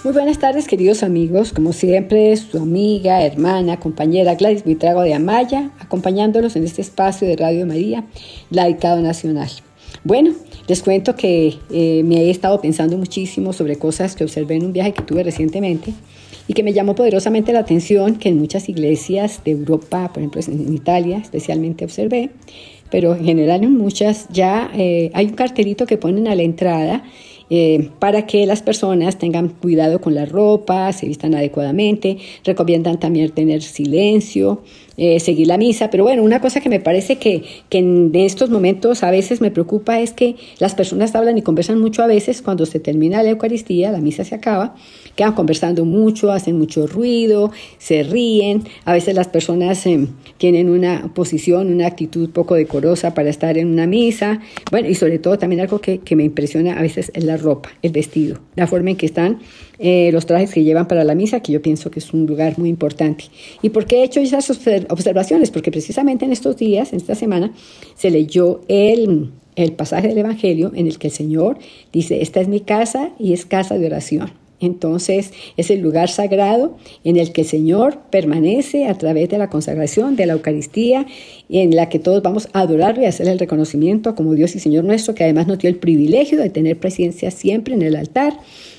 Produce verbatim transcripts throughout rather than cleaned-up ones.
Muy buenas tardes, queridos amigos. Como siempre, su amiga, hermana, compañera Gladys Buitrago de Amaya, acompañándolos en este espacio de Radio María, Laicado Nacional. Bueno, les cuento que eh, me he estado pensando muchísimo sobre cosas que observé en un viaje que tuve recientemente y que me llamó poderosamente la atención, que en muchas iglesias de Europa, por ejemplo en Italia especialmente observé, pero en general en muchas ya eh, hay un cartelito que ponen a la entrada Eh, para que las personas tengan cuidado con la ropa, se vistan adecuadamente, recomiendan también tener silencio, eh, seguir la misa. Pero bueno, una cosa que me parece que, que en estos momentos a veces me preocupa es que las personas hablan y conversan mucho a veces cuando se termina la Eucaristía, la misa se acaba, quedan conversando mucho, hacen mucho ruido, se ríen. A veces las personas eh, tienen una posición, una actitud poco decorosa para estar en una misa. Bueno, y sobre todo también algo que, que me impresiona a veces es la ropa, el vestido, la forma en que están eh, los trajes que llevan para la misa, que yo pienso que es un lugar muy importante. ¿Y por qué he hecho esas observaciones? Porque precisamente en estos días, en esta semana, se leyó el, el pasaje del Evangelio en el que el Señor dice: esta es mi casa y es casa de oración. Entonces es el lugar sagrado en el que el Señor permanece a través de la consagración, de la Eucaristía, en la que todos vamos a adorarlo y a hacerle el reconocimiento como Dios y Señor nuestro, que además nos dio el privilegio de tener presencia siempre en el altar.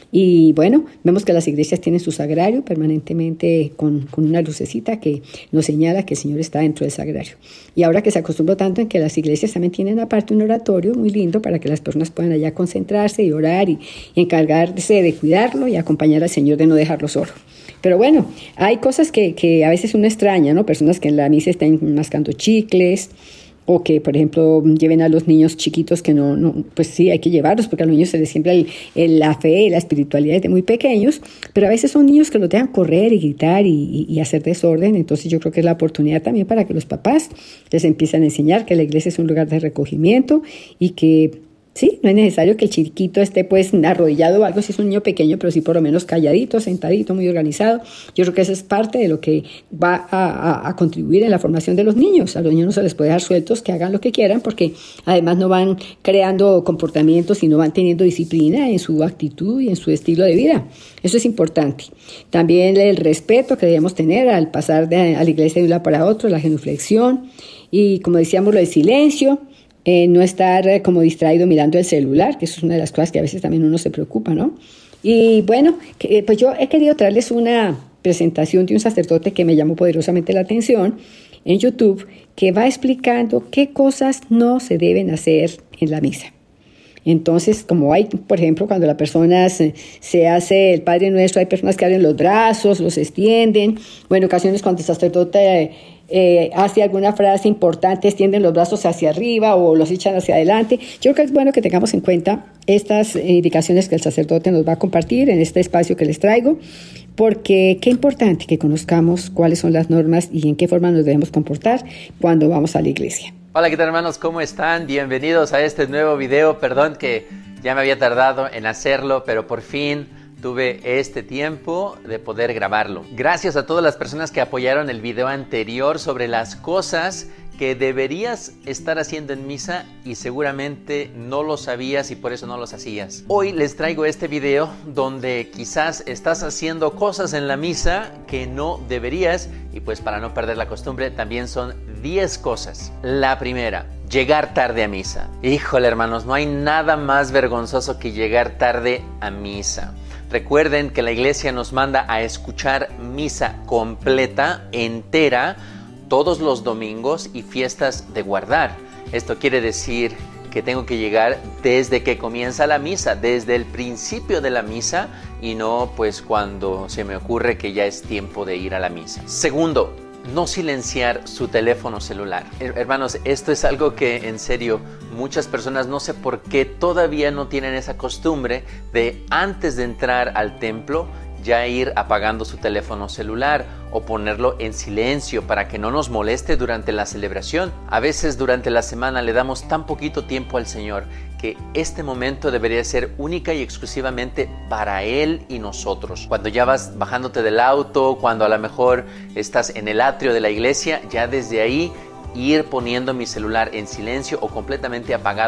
Y bueno, vemos que las iglesias tienen su sagrario permanentemente con, con una lucecita que nos señala que el Señor está dentro del sagrario. Y ahora que se acostumbró tanto en que las iglesias también tienen aparte un oratorio muy lindo para que las personas puedan allá concentrarse y orar y, y encargarse de cuidarlo y acompañar al Señor, de no dejarlo solo. Pero bueno, hay cosas que, que a veces uno extraña, ¿no? Personas que en la misa están mascando chicles, o que, por ejemplo, lleven a los niños chiquitos que no, no pues sí, hay que llevarlos porque a los niños se les siembra el, el, la fe y la espiritualidad desde muy pequeños, pero a veces son niños que los dejan correr y gritar y, y, y hacer desorden. Entonces yo creo que es la oportunidad también para que los papás les empiecen a enseñar que la iglesia es un lugar de recogimiento y que sí, no es necesario que el chiquito esté pues arrodillado o algo si es un niño pequeño, pero sí por lo menos calladito, sentadito, muy organizado. Yo creo que eso es parte de lo que va a, a, a contribuir en la formación de los niños. A los niños no se les puede dejar sueltos, que hagan lo que quieran, porque además no van creando comportamientos y no van teniendo disciplina en su actitud y en su estilo de vida. Eso es importante. También el respeto que debemos tener al pasar de, a la iglesia de un lado para otro, la genuflexión y, como decíamos, lo del silencio. Eh, no estar eh, como distraído mirando el celular, que eso es una de las cosas que a veces también uno se preocupa, ¿no? Y bueno, que, pues yo he querido traerles una presentación de un sacerdote que me llamó poderosamente la atención en YouTube, que va explicando qué cosas no se deben hacer en la misa. Entonces, como hay, por ejemplo, cuando la persona se, se hace el Padre Nuestro, hay personas que abren los brazos, los extienden, o en ocasiones cuando el sacerdote eh, hace alguna frase importante, extienden los brazos hacia arriba o los echan hacia adelante. Yo creo que es bueno que tengamos en cuenta estas indicaciones que el sacerdote nos va a compartir en este espacio que les traigo, porque qué importante que conozcamos cuáles son las normas y en qué forma nos debemos comportar cuando vamos a la iglesia. Hola, ¿qué tal, hermanos? ¿Cómo están? Bienvenidos a este nuevo video. Perdón que ya me había tardado en hacerlo, pero por fin tuve este tiempo de poder grabarlo. Gracias a todas las personas que apoyaron el video anterior sobre las cosas que deberías estar haciendo en misa y seguramente no lo sabías y por eso no los hacías. Hoy les traigo este video donde quizás estás haciendo cosas en la misa que no deberías, y pues para no perder la costumbre también son diez cosas. La primera: llegar tarde a misa. Híjole, hermanos, no hay nada más vergonzoso que llegar tarde a misa. Recuerden que la iglesia nos manda a escuchar misa completa, entera, todos los domingos y fiestas de guardar. Esto quiere decir que tengo que llegar desde que comienza la misa, desde el principio de la misa, y no pues cuando se me ocurre que ya es tiempo de ir a la misa. Segundo, no silenciar su teléfono celular. Hermanos, esto es algo que en serio muchas personas, no sé por qué todavía no tienen esa costumbre de antes de entrar al templo ya ir apagando su teléfono celular o ponerlo en silencio para que no nos moleste durante la celebración. A veces durante la semana le damos tan poquito tiempo al Señor que este momento debería ser única y exclusivamente para Él y nosotros. Cuando ya vas bajándote del auto, cuando a lo mejor estás en el atrio de la iglesia, ya desde ahí ir poniendo mi celular en silencio o completamente apagado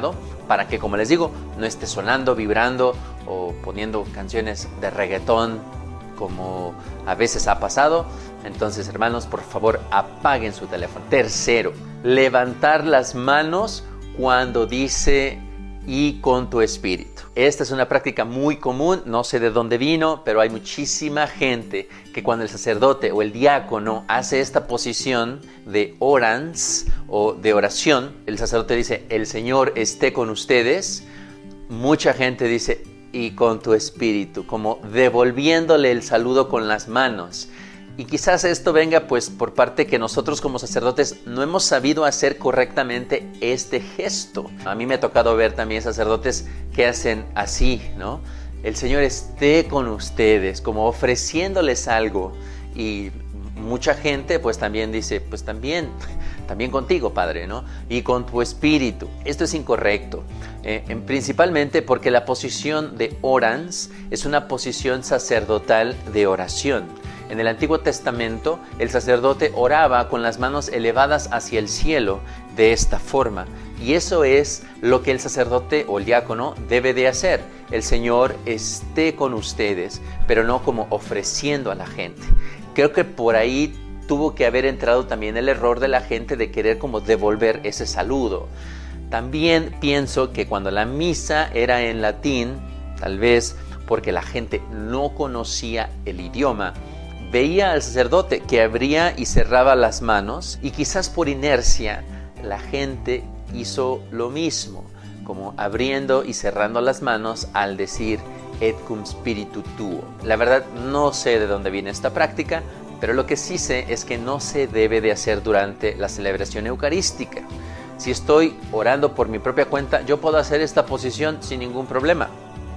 para que, como les digo, no esté sonando, vibrando o poniendo canciones de reggaetón como a veces ha pasado. Entonces, hermanos, por favor, apaguen su teléfono. Tercero, levantar las manos cuando dice y con tu espíritu. Esta es una práctica muy común, no sé de dónde vino, pero hay muchísima gente que cuando el sacerdote o el diácono hace esta posición de orans o de oración, el sacerdote dice, el Señor esté con ustedes, mucha gente dice, y con tu espíritu, como devolviéndole el saludo con las manos. Y quizás esto venga pues por parte que nosotros como sacerdotes no hemos sabido hacer correctamente este gesto. A mí me ha tocado ver también sacerdotes que hacen así, ¿no? El Señor esté con ustedes, como ofreciéndoles algo. Y mucha gente pues también dice, pues también, también contigo, Padre, ¿no? Y con tu espíritu. Esto es incorrecto, eh, principalmente porque la posición de orans es una posición sacerdotal de oración. En el Antiguo Testamento, el sacerdote oraba con las manos elevadas hacia el cielo de esta forma. Y eso es lo que el sacerdote o el diácono debe de hacer. El Señor esté con ustedes, pero no como ofreciendo a la gente. Creo que por ahí tuvo que haber entrado también el error de la gente de querer como devolver ese saludo. También pienso que cuando la misa era en latín, tal vez porque la gente no conocía el idioma, veía al sacerdote que abría y cerraba las manos y quizás por inercia la gente hizo lo mismo, como abriendo y cerrando las manos al decir et cum spiritu tuo. La verdad no sé de dónde viene esta práctica, pero lo que sí sé es que no se debe de hacer durante la celebración eucarística. Si estoy orando por mi propia cuenta, yo puedo hacer esta posición sin ningún problema,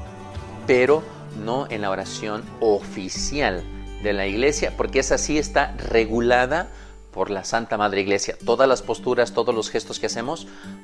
pero no en la oración oficial de la iglesia, porque esa sí está regulada por la Santa Madre Iglesia. Todas las posturas, todos los gestos que hacemos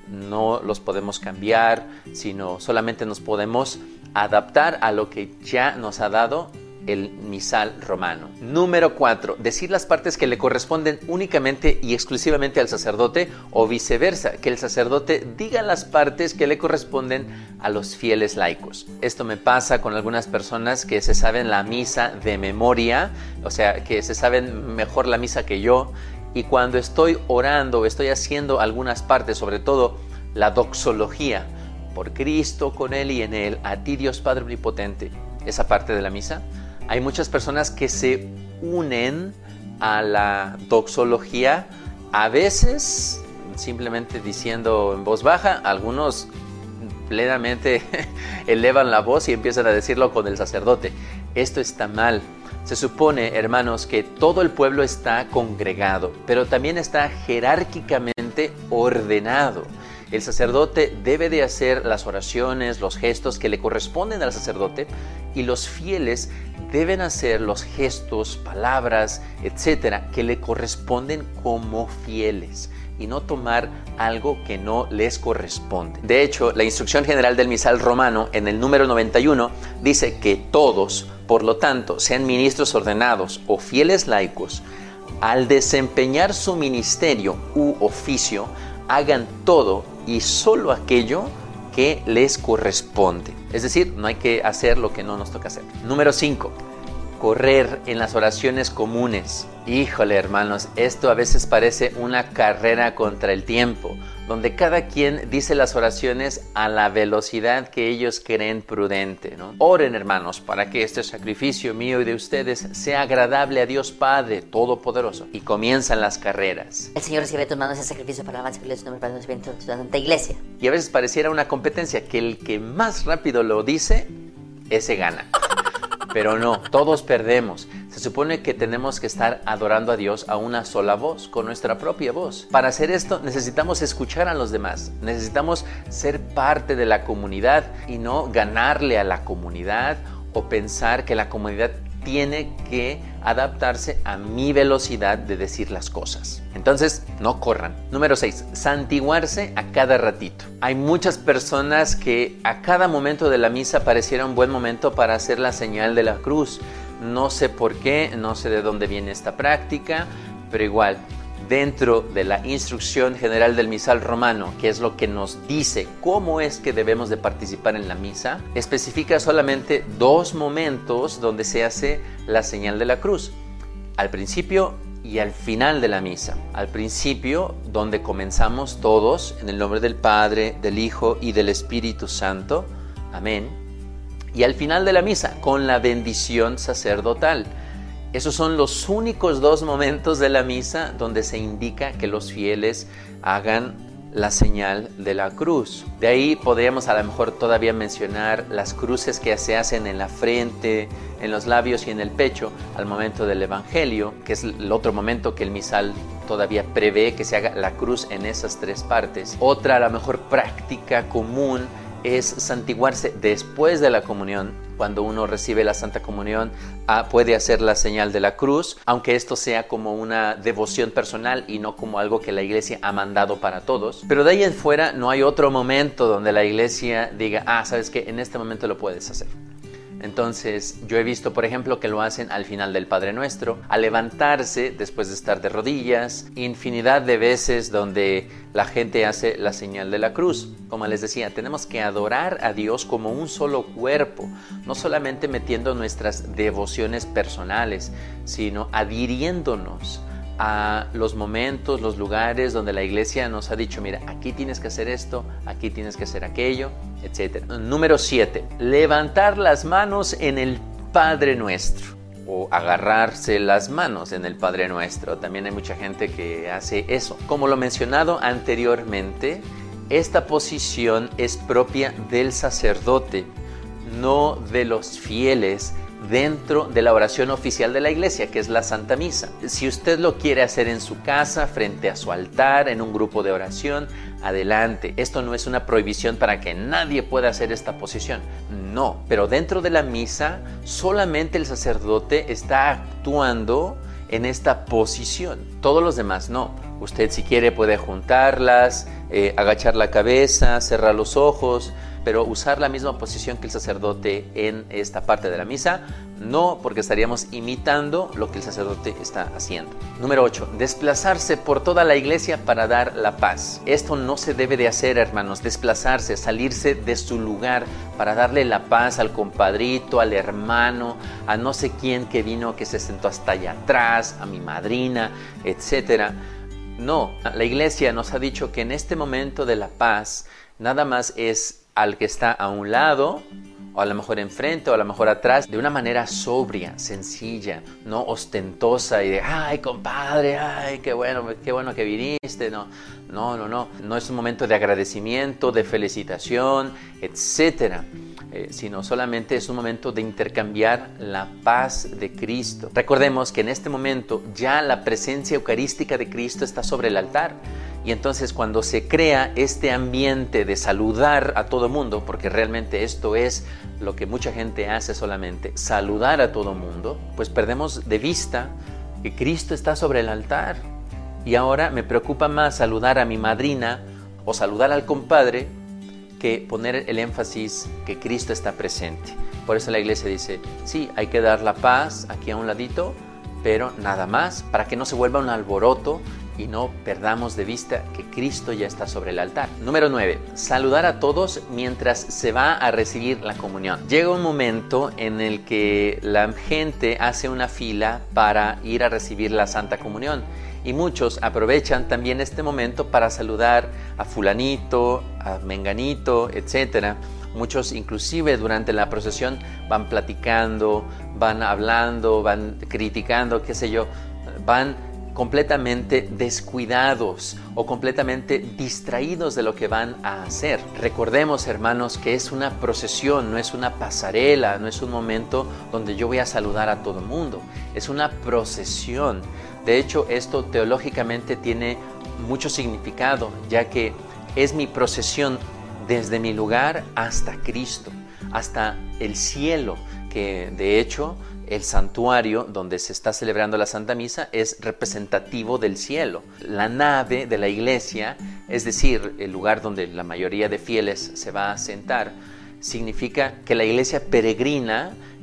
no los podemos cambiar, sino solamente nos podemos adaptar a lo que ya nos ha dado el misal romano. Número cuatro, decir las partes que le corresponden únicamente y exclusivamente al sacerdote o viceversa, que el sacerdote diga las partes que le corresponden a los fieles laicos. Esto me pasa con algunas personas que se saben la misa de memoria, o sea, que se saben mejor la misa que yo, y cuando estoy orando o estoy haciendo algunas partes, sobre todo la doxología, por Cristo, con Él y en Él, a ti Dios Padre Omnipotente, esa parte de la misa, hay muchas personas que se unen a la doxología, a veces simplemente diciendo en voz baja, algunos plenamente elevan la voz y empiezan a decirlo con el sacerdote. Esto está mal. Se supone, hermanos, que todo el pueblo está congregado, pero también está jerárquicamente ordenado. El sacerdote debe de hacer las oraciones, los gestos que le corresponden al sacerdote, y los fieles deben hacer los gestos, palabras, etcétera, que le corresponden como fieles y no tomar algo que no les corresponde. De hecho, la instrucción general del misal romano en el número noventa y uno dice que todos, por lo tanto, sean ministros ordenados o fieles laicos, al desempeñar su ministerio u oficio, hagan todo y solo aquello que les corresponde. Es decir, no hay que hacer lo que no nos toca hacer. Número cinco. Correr en las oraciones comunes. Híjole, hermanos, esto a veces parece una carrera contra el tiempo, donde cada quien dice las oraciones a la velocidad que ellos creen prudente, ¿no? Oren, hermanos, para que este sacrificio mío y de ustedes sea agradable a Dios Padre Todopoderoso. Y comienzan las carreras. El Señor recibe de tus manos ese sacrificio para la alabanza y gloria de su nombre, para el conocimiento de tu santa iglesia. Y a veces pareciera una competencia, que el que más rápido lo dice, ese gana. Pero no, todos perdemos. Se supone que tenemos que estar adorando a Dios a una sola voz, con nuestra propia voz. Para hacer esto necesitamos escuchar a los demás, necesitamos ser parte de la comunidad y no ganarle a la comunidad o pensar que la comunidad tiene que adaptarse a mi velocidad de decir las cosas. Entonces, no corran. Número seis. Santiguarse a cada ratito. Hay muchas personas que a cada momento de la misa pareciera un buen momento para hacer la señal de la cruz. No sé por qué, no sé de dónde viene esta práctica, pero igual, dentro de la instrucción general del misal romano, que es lo que nos dice cómo es que debemos de participar en la misa, especifica solamente dos momentos donde se hace la señal de la cruz: al principio y al final de la misa. Al principio, donde comenzamos todos en el nombre del Padre, del Hijo y del Espíritu Santo. Amén. Y al final de la misa, con la bendición sacerdotal. Esos son los únicos dos momentos de la misa donde se indica que los fieles hagan la señal de la cruz. De ahí podríamos a lo mejor todavía mencionar las cruces que se hacen en la frente, en los labios y en el pecho al momento del Evangelio, que es el otro momento que el misal todavía prevé que se haga la cruz en esas tres partes. Otra, a lo mejor práctica común, es santiguarse después de la comunión. Cuando uno recibe la Santa Comunión, ah, puede hacer la señal de la cruz, aunque esto sea como una devoción personal y no como algo que la Iglesia ha mandado para todos. Pero de ahí en fuera no hay otro momento donde la Iglesia diga, ah, ¿sabes qué? En este momento lo puedes hacer. Entonces, yo he visto, por ejemplo, que lo hacen al final del Padre Nuestro, al levantarse después de estar de rodillas, infinidad de veces donde la gente hace la señal de la cruz. Como les decía, tenemos que adorar a Dios como un solo cuerpo, no solamente metiendo nuestras devociones personales, sino adhiriéndonos a los momentos, los lugares donde la Iglesia nos ha dicho, mira, aquí tienes que hacer esto, aquí tienes que hacer aquello, etcétera. Número siete, levantar las manos en el Padre Nuestro o agarrarse las manos en el Padre Nuestro. También hay mucha gente que hace eso. Como lo mencionado anteriormente, esta posición es propia del sacerdote, no de los fieles, dentro de la oración oficial de la Iglesia, que es la Santa Misa. Si usted lo quiere hacer en su casa, frente a su altar, en un grupo de oración, adelante. Esto no es una prohibición para que nadie pueda hacer esta posición. No, pero dentro de la misa, solamente el sacerdote está actuando en esta posición. Todos los demás no. Usted, si quiere, puede juntarlas, eh, agachar la cabeza, cerrar los ojos, pero usar la misma posición que el sacerdote en esta parte de la misa, no, porque estaríamos imitando lo que el sacerdote está haciendo. Número ocho, desplazarse por toda la iglesia para dar la paz. Esto no se debe de hacer, hermanos, desplazarse, salirse de su lugar para darle la paz al compadrito, al hermano, a no sé quién que vino, que se sentó hasta allá atrás, a mi madrina, etcétera. No, la iglesia nos ha dicho que en este momento de la paz, nada más es al que está a un lado, o a lo mejor enfrente, o a lo mejor atrás, de una manera sobria, sencilla, no ostentosa y de, ay, compadre, ay, qué bueno, qué bueno que viniste. No, no, no, no. No es un momento de agradecimiento, de felicitación, etcétera. Eh, sino solamente es un momento de intercambiar la paz de Cristo. Recordemos que en este momento ya la presencia eucarística de Cristo está sobre el altar. Y entonces cuando se crea este ambiente de saludar a todo mundo, porque realmente esto es lo que mucha gente hace solamente, saludar a todo mundo, pues perdemos de vista que Cristo está sobre el altar. Y ahora me preocupa más saludar a mi madrina o saludar al compadre que poner el énfasis que Cristo está presente. Por eso la iglesia dice, sí, hay que dar la paz aquí a un ladito, pero nada más, para que no se vuelva un alboroto y no perdamos de vista que Cristo ya está sobre el altar. Número nueve, saludar a todos mientras se va a recibir la comunión. Llega un momento en el que la gente hace una fila para ir a recibir la Santa Comunión. Y muchos aprovechan también este momento para saludar a fulanito, a menganito, etcétera. Muchos inclusive durante la procesión van platicando, van hablando, van criticando, qué sé yo, van completamente descuidados o completamente distraídos de lo que van a hacer. Recordemos, hermanos, que es una procesión, no es una pasarela, no es un momento donde yo voy a saludar a todo el mundo. Es una procesión. De hecho, esto teológicamente tiene mucho significado, ya que es mi procesión desde mi lugar hasta Cristo, hasta el cielo, que de hecho el santuario donde se está celebrando la Santa Misa es representativo del cielo. La nave de la iglesia, es decir, el lugar donde la mayoría de fieles se va a sentar, significa que la iglesia peregrina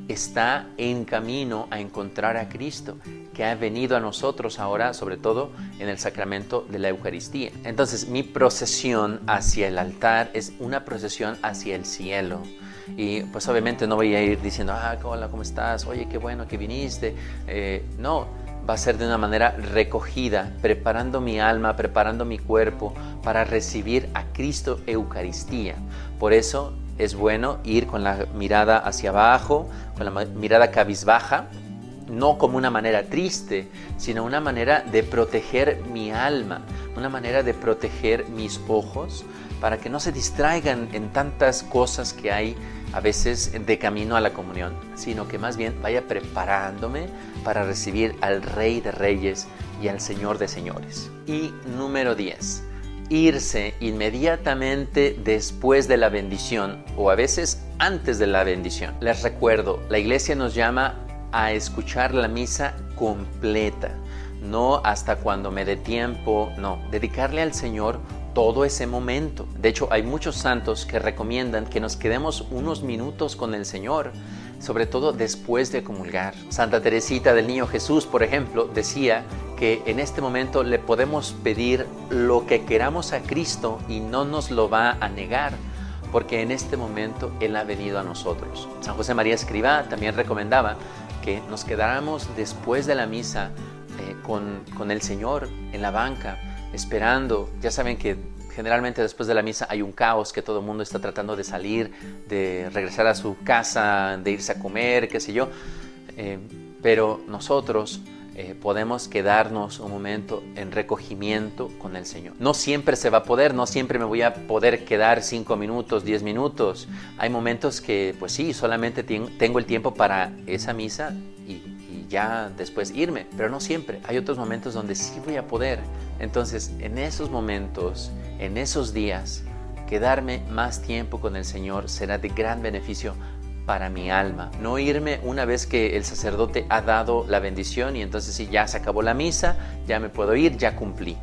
está en camino a encontrar a Cristo, que ha venido a nosotros ahora, sobre todo en el sacramento de la Eucaristía. Entonces, mi procesión hacia el altar es una procesión hacia el cielo. Y pues obviamente no voy a ir diciendo, ah, hola, ¿cómo estás? Oye, qué bueno que viniste. Eh, no, va a ser de una manera recogida, preparando mi alma, preparando mi cuerpo para recibir a Cristo Eucaristía. Por eso es bueno ir con la mirada hacia abajo, con la mirada cabizbaja, no como una manera triste, sino una manera de proteger mi alma, una manera de proteger mis ojos, para que no se distraigan en tantas cosas que hay a veces de camino a la comunión, sino que más bien vaya preparándome para recibir al Rey de Reyes y al Señor de Señores. Y número diez, irse inmediatamente después de la bendición o a veces antes de la bendición. Les recuerdo, la iglesia nos llama a escuchar la misa completa, no hasta cuando me dé tiempo, no, dedicarle al Señor todo ese momento. De hecho, hay muchos santos que recomiendan que nos quedemos unos minutos con el Señor, sobre todo después de comulgar. Santa Teresita del Niño Jesús, por ejemplo, decía que en este momento le podemos pedir lo que queramos a Cristo y no nos lo va a negar, porque en este momento Él ha venido a nosotros. San José María Escrivá también recomendaba que nos quedáramos después de la misa eh, con, con el Señor en la banca, esperando. Ya saben que generalmente después de la misa hay un caos, que todo el mundo está tratando de salir, de regresar a su casa, de irse a comer, qué sé yo. Eh, pero nosotros eh, podemos quedarnos un momento en recogimiento con el Señor. No siempre se va a poder, no siempre me voy a poder quedar cinco minutos, diez minutos. Hay momentos que, pues sí, solamente tengo el tiempo para esa misa y, y ya después irme, pero no siempre. Hay otros momentos donde sí voy a poder. Entonces, en esos momentos, en esos días, quedarme más tiempo con el Señor será de gran beneficio para mi alma. No irme una vez que el sacerdote ha dado la bendición y entonces sí, ya se acabó la misa, ya me puedo ir, ya cumplí.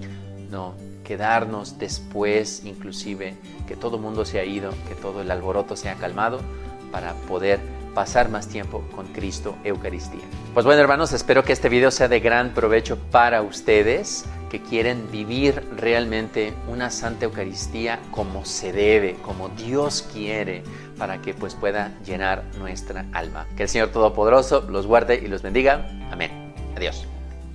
No, quedarnos después, inclusive, que todo el mundo se ha ido, que todo el alboroto se ha calmado, para poder pasar más tiempo con Cristo Eucaristía. Pues bueno, hermanos, espero que este video sea de gran provecho para ustedes que quieren vivir realmente una Santa Eucaristía como se debe, como Dios quiere, para que pues pueda llenar nuestra alma. Que el Señor Todopoderoso los guarde y los bendiga. Amén. Adiós.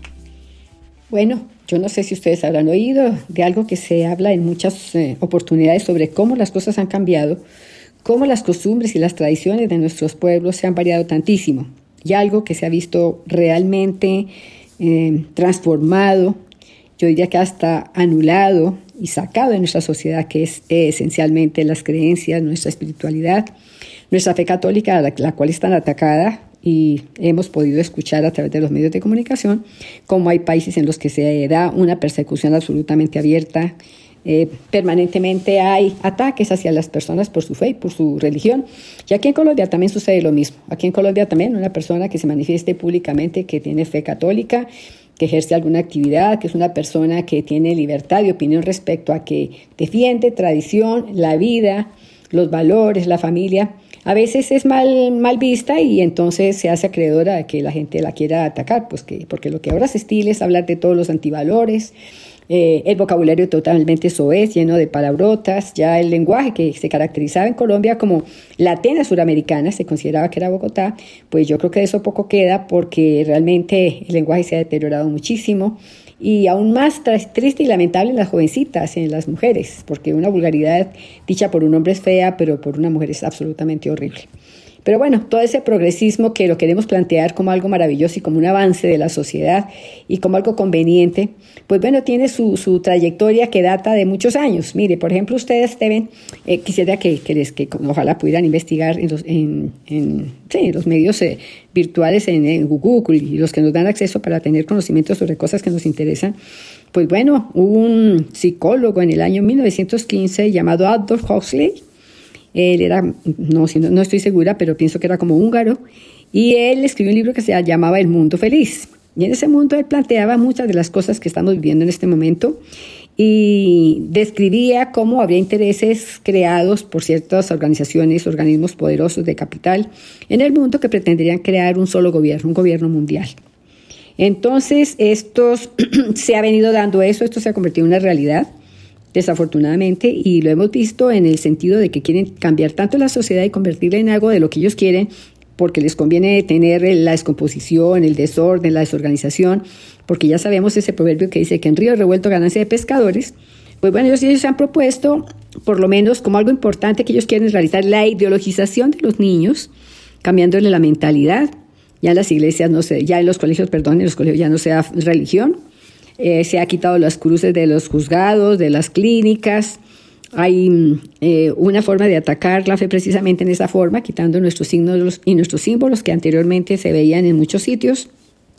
Bueno, yo no sé si ustedes habrán oído de algo que se habla en muchas eh, oportunidades sobre cómo las cosas han cambiado, cómo las costumbres y las tradiciones de nuestros pueblos se han variado tantísimo, y algo que se ha visto realmente eh, transformado, yo diría que hasta anulado y sacado de nuestra sociedad, que es eh, esencialmente las creencias, nuestra espiritualidad, nuestra fe católica, la, la cual es tan atacada, y hemos podido escuchar a través de los medios de comunicación cómo hay países en los que se da una persecución absolutamente abierta. Eh, permanentemente hay ataques hacia las personas por su fe y por su religión. Y aquí en Colombia también sucede lo mismo. Aquí en Colombia también una persona que se manifieste públicamente que tiene fe católica, que ejerce alguna actividad, que es una persona que tiene libertad de opinión respecto a que defiende tradición, la vida, los valores, la familia, a veces es mal, mal vista y entonces se hace acreedora de que la gente la quiera atacar, pues que, porque lo que ahora se estila es hablar de todos los antivalores. Eh, el vocabulario totalmente soez, lleno de palabrotas. Ya el lenguaje que se caracterizaba en Colombia como la Atenas suramericana, se consideraba que era Bogotá, pues yo creo que de eso poco queda, porque realmente el lenguaje se ha deteriorado muchísimo, y aún más triste y lamentable en las jovencitas, en las mujeres, porque una vulgaridad dicha por un hombre es fea, pero por una mujer es absolutamente horrible. Pero bueno, todo ese progresismo que lo queremos plantear como algo maravilloso y como un avance de la sociedad y como algo conveniente, pues bueno, tiene su, su trayectoria que data de muchos años. Mire, por ejemplo, ustedes deben, eh, quisiera que, que, les, que ojalá pudieran investigar en los, en, en, sí, en los medios eh, virtuales, en, en Google, y los que nos dan acceso para tener conocimiento sobre cosas que nos interesan. Pues bueno, hubo un psicólogo en el año mil novecientos quince llamado Aldous Huxley. Él era, no, no estoy segura, pero pienso que era como húngaro, y él escribió un libro que se llamaba El Mundo Feliz. Y en ese mundo él planteaba muchas de las cosas que estamos viviendo en este momento, y describía cómo habría intereses creados por ciertas organizaciones, organismos poderosos de capital en el mundo que pretenderían crear un solo gobierno, un gobierno mundial. Entonces, estos, se ha venido dando eso, esto se ha convertido en una realidad, desafortunadamente, y lo hemos visto en el sentido de que quieren cambiar tanto la sociedad y convertirla en algo de lo que ellos quieren, porque les conviene tener la descomposición, el desorden, la desorganización, porque ya sabemos ese proverbio que dice que en río revuelto ganancia de pescadores. Pues bueno, ellos, ellos han propuesto, por lo menos como algo importante que ellos quieren realizar, la ideologización de los niños, cambiándole la mentalidad. Ya en las iglesias, no sé, ya en los colegios, perdón, en los colegios ya no se da religión. Eh, se ha quitado las cruces de los juzgados, de las clínicas. Hay eh, una forma de atacar la fe precisamente en esa forma, quitando nuestros signos y nuestros símbolos que anteriormente se veían en muchos sitios.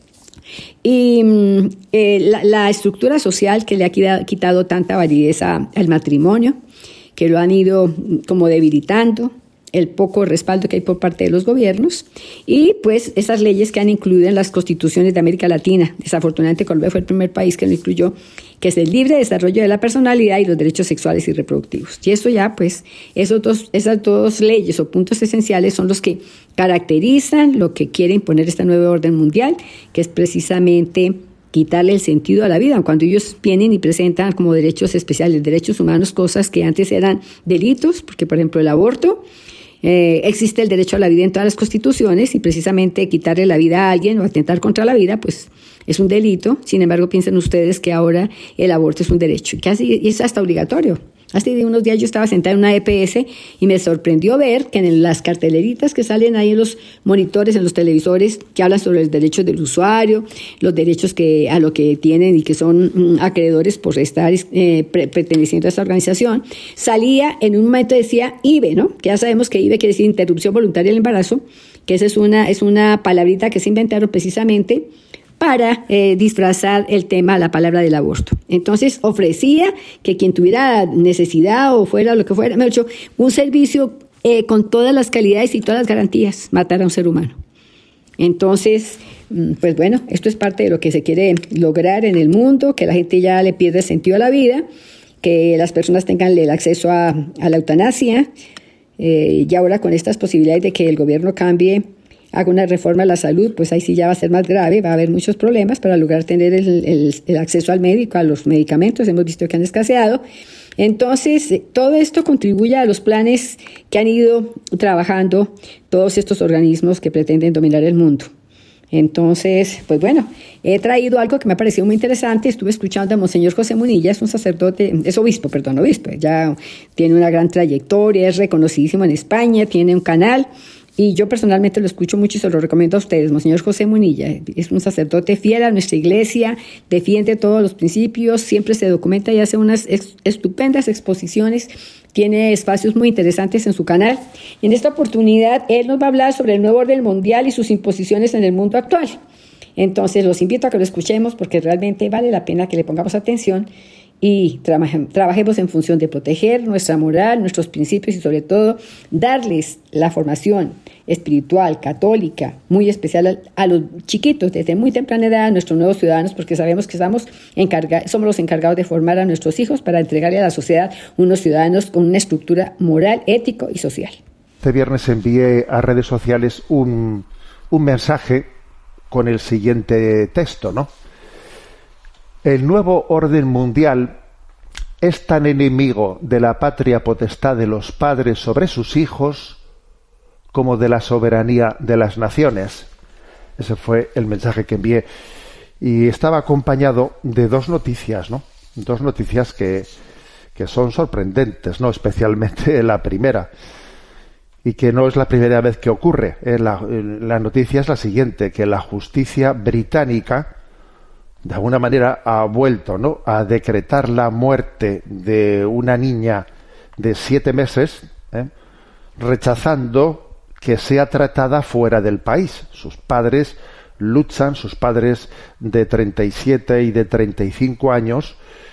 Y eh, la, la estructura social que le ha quitado, quitado tanta validez a, al matrimonio, que lo han ido como debilitando, el poco respaldo que hay por parte de los gobiernos y pues esas leyes que han incluido en las constituciones de América Latina. Desafortunadamente Colombia fue el primer país que lo incluyó, que es el libre desarrollo de la personalidad y los derechos sexuales y reproductivos. Y eso ya pues, esos dos, esas dos leyes o puntos esenciales son los que caracterizan lo que quiere imponer este nuevo orden mundial, que es precisamente quitarle el sentido a la vida, cuando ellos vienen y presentan como derechos especiales, derechos humanos, cosas que antes eran delitos, porque por ejemplo el aborto, Eh, existe el derecho a la vida en todas las constituciones y precisamente quitarle la vida a alguien o atentar contra la vida, pues es un delito. Sin embargo, piensen ustedes que ahora el aborto es un derecho y casi es hasta obligatorio. Hace unos días yo estaba sentada en una E P S y me sorprendió ver que en las carteleritas que salen ahí en los monitores, en los televisores, que hablan sobre los derechos del usuario, los derechos que a lo que tienen y que son mm, acreedores por estar eh, pre perteneciendo a esta organización, salía en un momento decía I V E, ¿no? Que ya sabemos que I V E quiere decir interrupción voluntaria del embarazo, que esa es una, es una palabrita que se inventaron precisamente para eh, disfrazar el tema, la palabra del aborto. Entonces ofrecía que quien tuviera necesidad o fuera lo que fuera, me ha hecho un servicio eh, con todas las calidades y todas las garantías, matar a un ser humano. Entonces, pues bueno, esto es parte de lo que se quiere lograr en el mundo, que la gente ya le pierde sentido a la vida, que las personas tengan el acceso a, a la eutanasia, eh, y ahora con estas posibilidades de que el gobierno cambie, haga una reforma a la salud, pues ahí sí ya va a ser más grave, va a haber muchos problemas para lograr tener el, el, el acceso al médico, a los medicamentos, hemos visto que han escaseado. Entonces, todo esto contribuye a los planes que han ido trabajando todos estos organismos que pretenden dominar el mundo. Entonces, pues bueno, he traído algo que me ha parecido muy interesante. Estuve escuchando a Monseñor José Munilla, es un sacerdote, es obispo, perdón, obispo, ya tiene una gran trayectoria, es reconocidísimo en España, tiene un canal. Y yo personalmente lo escucho mucho y se lo recomiendo a ustedes. Monseñor José Munilla es un sacerdote fiel a nuestra iglesia, defiende todos los principios, siempre se documenta y hace unas ex, estupendas exposiciones, tiene espacios muy interesantes en su canal. Y en esta oportunidad él nos va a hablar sobre el nuevo orden mundial y sus imposiciones en el mundo actual. Entonces los invito a que lo escuchemos porque realmente vale la pena que le pongamos atención y trabajemos en función de proteger nuestra moral, nuestros principios y sobre todo darles la formación espiritual, católica, muy especial a, a los chiquitos desde muy temprana edad, a nuestros nuevos ciudadanos, porque sabemos que estamos encarga, somos los encargados de formar a nuestros hijos para entregarle a la sociedad unos ciudadanos con una estructura moral, ético y social. Este viernes envié a redes sociales un, un mensaje con el siguiente texto, ¿no? El nuevo orden mundial es tan enemigo de la patria potestad de los padres sobre sus hijos como de la soberanía de las naciones. Ese fue el mensaje que envié. Y estaba acompañado de dos noticias, ¿no? Dos noticias que, que son sorprendentes, ¿no? Especialmente la primera. Y que no es la primera vez que ocurre. La, la noticia es la siguiente, que la justicia británica de alguna manera ha vuelto, ¿no?, a decretar la muerte de una niña de siete meses, ¿eh?, rechazando que sea tratada fuera del país. Sus padres luchan, sus padres de treinta y siete y de treinta y cinco años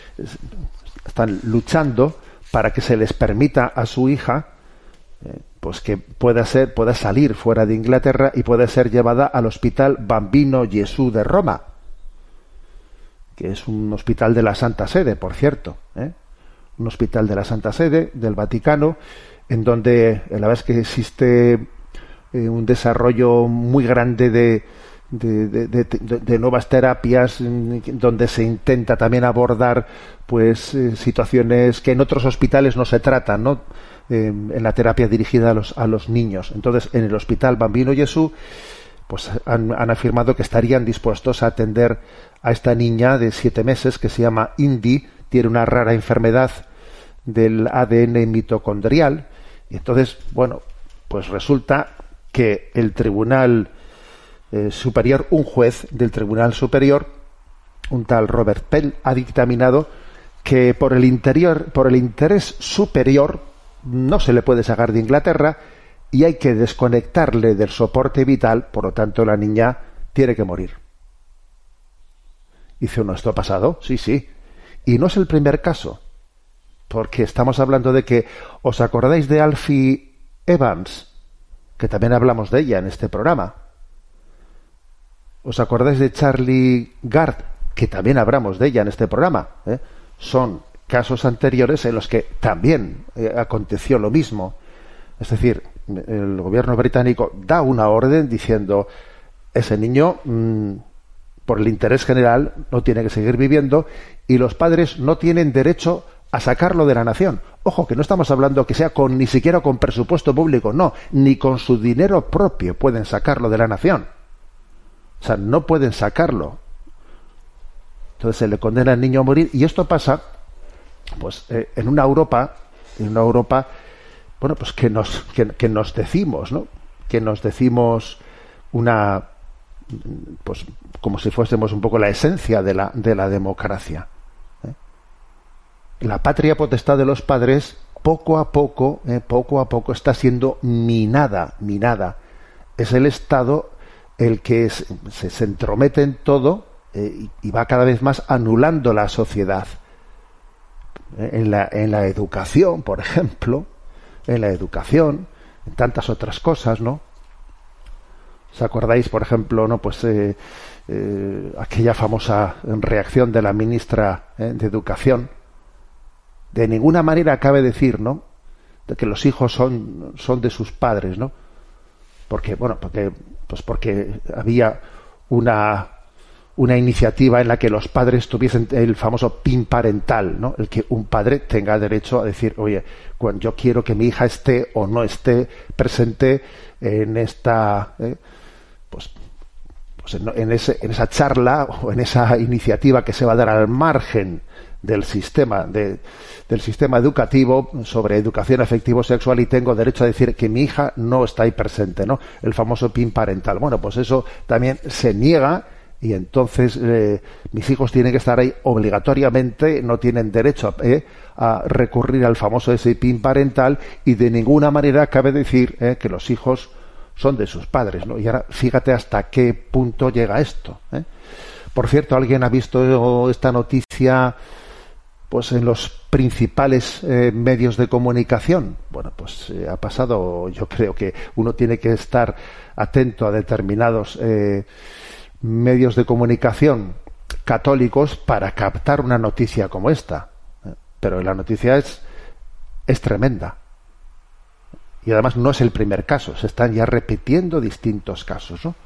están luchando para que se les permita a su hija eh, pues que pueda ser, pueda salir fuera de Inglaterra y pueda ser llevada al Hospital Bambino Gesù de Roma. que es un hospital de la Santa Sede, por cierto, ¿eh? Un hospital de la Santa Sede, del Vaticano, en donde la verdad es que existe eh, un desarrollo muy grande de, de, de, de, de, de nuevas terapias, donde se intenta también abordar pues eh, situaciones que en otros hospitales no se tratan, ¿no? Eh, en la terapia dirigida a los, a los niños. Entonces, en el Hospital Bambino Gesù, pues han, han afirmado que estarían dispuestos a atender a esta niña de siete meses que se llama Indy, tiene una rara enfermedad del A D N mitocondrial, y entonces, bueno, pues resulta que el Tribunal eh, Superior, un juez del Tribunal Superior, un tal Robert Pell, ha dictaminado que por el interior, por el interés superior, no se le puede sacar de Inglaterra y hay que desconectarle del soporte vital, por lo tanto la niña tiene que morir. Dice uno, ¿esto ha pasado? Sí, sí. Y no es el primer caso, porque estamos hablando de que, ¿os acordáis de Alfie Evans? Que también hablamos de ella en este programa. ¿Os acordáis de Charlie Gard? Que también hablamos de ella en este programa. ¿eh? Son casos anteriores en los que también eh, aconteció lo mismo. Es decir, el gobierno británico da una orden diciendo, ese niño, mmm, por el interés general, no tiene que seguir viviendo y los padres no tienen derecho a sacarlo de la nación. Ojo, que no estamos hablando que sea con ni siquiera con presupuesto público, no, ni con su dinero propio pueden sacarlo de la nación. O sea, no pueden sacarlo. Entonces se le condena al niño a morir, y esto pasa pues eh, en una Europa, en una Europa, bueno, pues que nos que, que nos decimos, ¿no? Que nos decimos una, pues como si fuésemos un poco la esencia de la de la democracia. ¿eh? La patria potestad de los padres, poco a poco, eh, poco a poco está siendo minada, minada. Es el Estado el que es, se, se entromete en todo eh, y, y va cada vez más anulando la sociedad. En la, en la educación, por ejemplo, en la educación, en tantas otras cosas, ¿no? ¿Os acordáis, por ejemplo, no, pues eh, eh, aquella famosa reacción de la ministra eh, de Educación? De ninguna manera cabe decir, ¿no?, de que los hijos son, son de sus padres, ¿no? Porque, bueno, porque, pues porque había una una iniciativa en la que los padres tuviesen el famoso PIN parental, ¿no? El que un padre tenga derecho a decir, oye, cuando yo quiero que mi hija esté o no esté presente en esta, eh, pues, pues en, en, ese, en esa charla o en esa iniciativa que se va a dar al margen del sistema de, del sistema educativo sobre educación afectivo-sexual, y tengo derecho a decir que mi hija no está ahí presente, ¿no? El famoso PIN parental. Bueno, pues eso también se niega. Y entonces eh, mis hijos tienen que estar ahí obligatoriamente, no tienen derecho a, eh, a recurrir al famoso ese PIN parental, y de ninguna manera cabe decir eh, que los hijos son de sus padres, ¿no? Y ahora fíjate hasta qué punto llega esto. ¿eh? Por cierto, ¿alguien ha visto esta noticia pues en los principales eh, medios de comunicación? Bueno, pues eh, ha pasado. Yo creo que uno tiene que estar atento a determinados eh, medios de comunicación católicos para captar una noticia como esta, pero la noticia es es tremenda, y además no es el primer caso, se están ya repitiendo distintos casos, ¿no?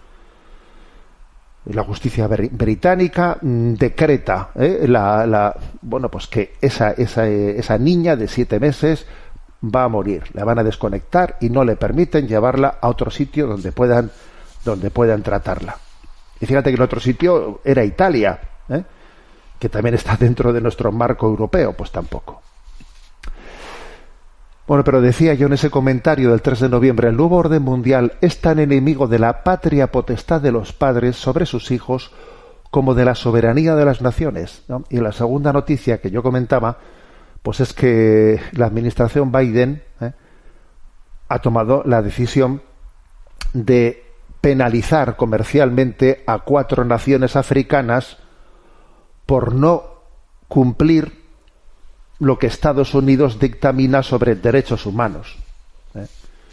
La justicia británica mm, decreta ¿eh? la, la bueno pues que esa esa esa niña de siete meses va a morir, la van a desconectar y no le permiten llevarla a otro sitio donde puedan donde puedan tratarla. Y fíjate que el otro sitio era Italia, ¿eh? que también está dentro de nuestro marco europeo, pues tampoco. Bueno, pero decía yo en ese comentario del tres de noviembre, el nuevo orden mundial es tan enemigo de la patria potestad de los padres sobre sus hijos como de la soberanía de las naciones, ¿no? Y la segunda noticia que yo comentaba, pues es que la administración Biden ¿eh? ha tomado la decisión de penalizar comercialmente a cuatro naciones africanas por no cumplir lo que Estados Unidos dictamina sobre derechos humanos. ¿Eh?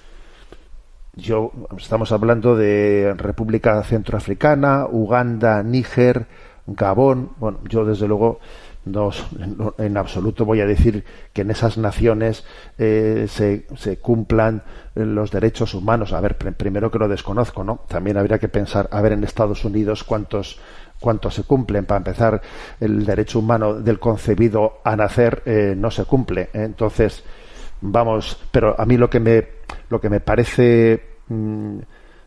Yo estamos hablando de República Centroafricana, Uganda, Níger, Gabón. Bueno, yo desde luego no, no en absoluto voy a decir que en esas naciones eh, se, se cumplan los derechos humanos. A ver, pr- primero que lo desconozco, ¿no? También habría que pensar, a ver, en Estados Unidos cuántos cuántos se cumplen. Para empezar, el derecho humano del concebido a nacer eh, no se cumple, ¿eh? Entonces, vamos, pero a mí lo que me lo que me parece mmm,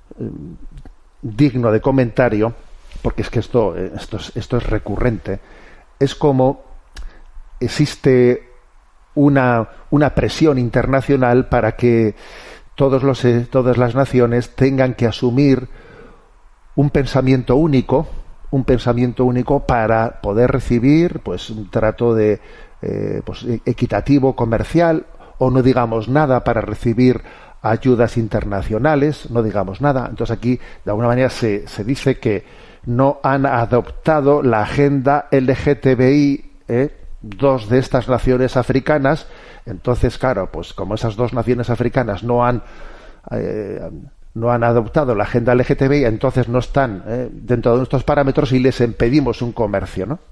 digno de comentario, porque es que esto esto es, esto es recurrente, es como existe una una presión internacional para que todos los todas las naciones tengan que asumir un pensamiento único, un pensamiento único para poder recibir pues un trato de eh, pues equitativo comercial, o no digamos nada para recibir ayudas internacionales, no digamos nada. Entonces aquí de alguna manera se, se dice que no han adoptado la agenda L G T B I, ¿eh? dos de estas naciones africanas. Entonces, claro, pues como esas dos naciones africanas no han eh, no han adoptado la agenda L G T B I, entonces no están eh, dentro de nuestros parámetros y les impedimos un comercio, ¿no?